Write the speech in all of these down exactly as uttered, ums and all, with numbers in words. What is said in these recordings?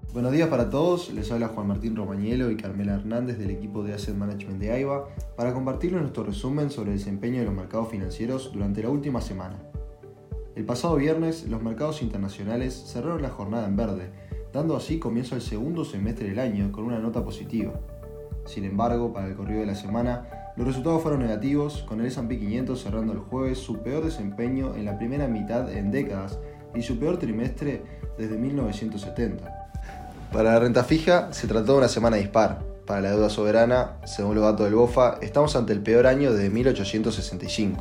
Buenos días para todos, les habla Juan Martín Romagnolo y Carmela Hernández del equipo de Asset Management de AIBA para compartirles nuestro resumen sobre el desempeño de los mercados financieros durante la última semana. El pasado viernes, los mercados internacionales cerraron la jornada en verde, dando así comienzo al segundo semestre del año con una nota positiva. Sin embargo, para el corrido de la semana, los resultados fueron negativos, con el ese and pe quinientos cerrando el jueves su peor desempeño en la primera mitad en décadas y su peor trimestre desde mil novecientos setenta. Para la renta fija, se trató de una semana dispar. Para la deuda soberana, según los datos del BOFA, estamos ante el peor año desde mil ochocientos sesenta y cinco.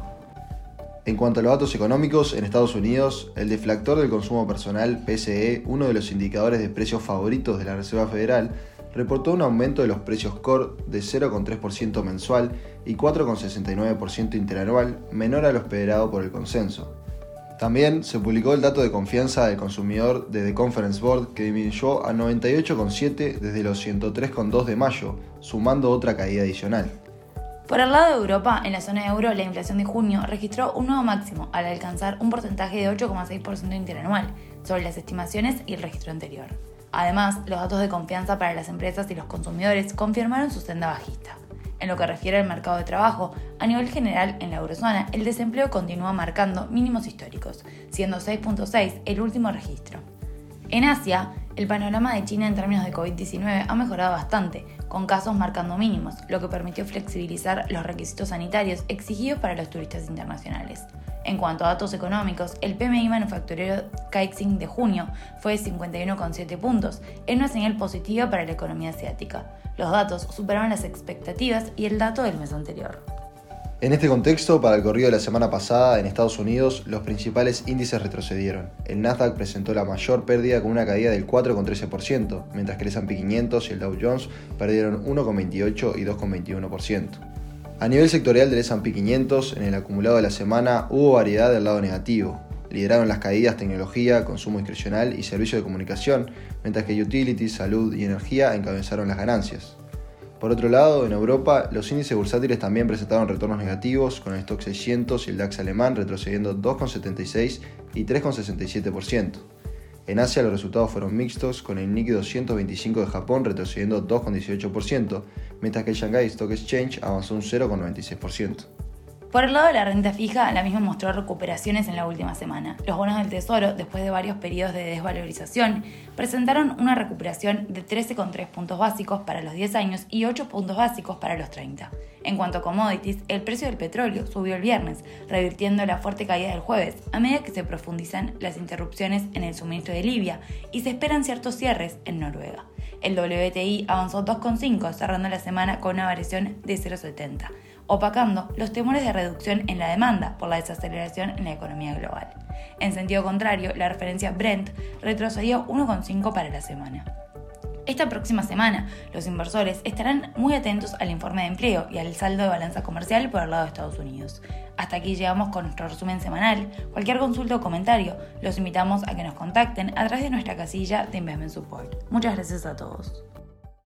En cuanto a los datos económicos, en Estados Unidos, el deflactor del consumo personal, P C E, uno de los indicadores de precios favoritos de la Reserva Federal, reportó un aumento de los precios core de cero coma tres por ciento mensual y cuatro coma sesenta y nueve por ciento interanual, menor a lo esperado por el consenso. También se publicó el dato de confianza del consumidor de The Conference Board, que disminuyó a noventa y ocho coma siete desde los ciento tres coma dos de mayo, sumando otra caída adicional. Por el lado de Europa, en la zona euro, la inflación de junio registró un nuevo máximo al alcanzar un porcentaje de ocho coma seis por ciento interanual, sobre las estimaciones y el registro anterior. Además, los datos de confianza para las empresas y los consumidores confirmaron su senda bajista. En lo que refiere al mercado de trabajo, a nivel general en la eurozona, el desempleo continúa marcando mínimos históricos, siendo seis punto seis el último registro. En Asia, el panorama de China en términos de covid diecinueve ha mejorado bastante, con casos marcando mínimos, lo que permitió flexibilizar los requisitos sanitarios exigidos para los turistas internacionales. En cuanto a datos económicos, el P M I manufacturero Caixin de junio fue de cincuenta y uno coma siete puntos, en una señal positiva para la economía asiática. Los datos superaron las expectativas y el dato del mes anterior. En este contexto, para el corrido de la semana pasada, en Estados Unidos, los principales índices retrocedieron. El Nasdaq presentó la mayor pérdida con una caída del cuatro coma trece por ciento, mientras que el ese and pe quinientos y el Dow Jones perdieron uno coma veintiocho y dos coma veintiuno por ciento. A nivel sectorial del ese and pe quinientos, en el acumulado de la semana hubo variedad del lado negativo. Lideraron las caídas tecnología, consumo discrecional y servicios de comunicación, mientras que utilities, salud y energía encabezaron las ganancias. Por otro lado, en Europa, los índices bursátiles también presentaron retornos negativos, con el Stoxx seiscientos y el DAX alemán retrocediendo dos coma setenta y seis y tres coma sesenta y siete por ciento. En Asia los resultados fueron mixtos, con el Nikkei doscientos veinticinco de Japón retrocediendo dos coma dieciocho por ciento, mientras que el Shanghai Stock Exchange avanzó un cero coma noventa y seis por ciento. Por el lado de la renta fija, la misma mostró recuperaciones en la última semana. Los bonos del Tesoro, después de varios periodos de desvalorización, presentaron una recuperación de trece coma tres puntos básicos para los diez años y ocho puntos básicos para los treinta. En cuanto a commodities, el precio del petróleo subió el viernes, revirtiendo la fuerte caída del jueves, a medida que se profundizan las interrupciones en el suministro de Libia y se esperan ciertos cierres en Noruega. El doble u te i avanzó dos coma cinco, cerrando la semana con una variación de cero coma setenta, opacando los temores de reducción en la demanda por la desaceleración en la economía global. En sentido contrario, la referencia Brent retrocedió uno coma cinco para la semana. Esta próxima semana, los inversores estarán muy atentos al informe de empleo y al saldo de balanza comercial por el lado de Estados Unidos. Hasta aquí llegamos con nuestro resumen semanal. Cualquier consulta o comentario, los invitamos a que nos contacten a través de nuestra casilla de Investment Support. Muchas gracias a todos.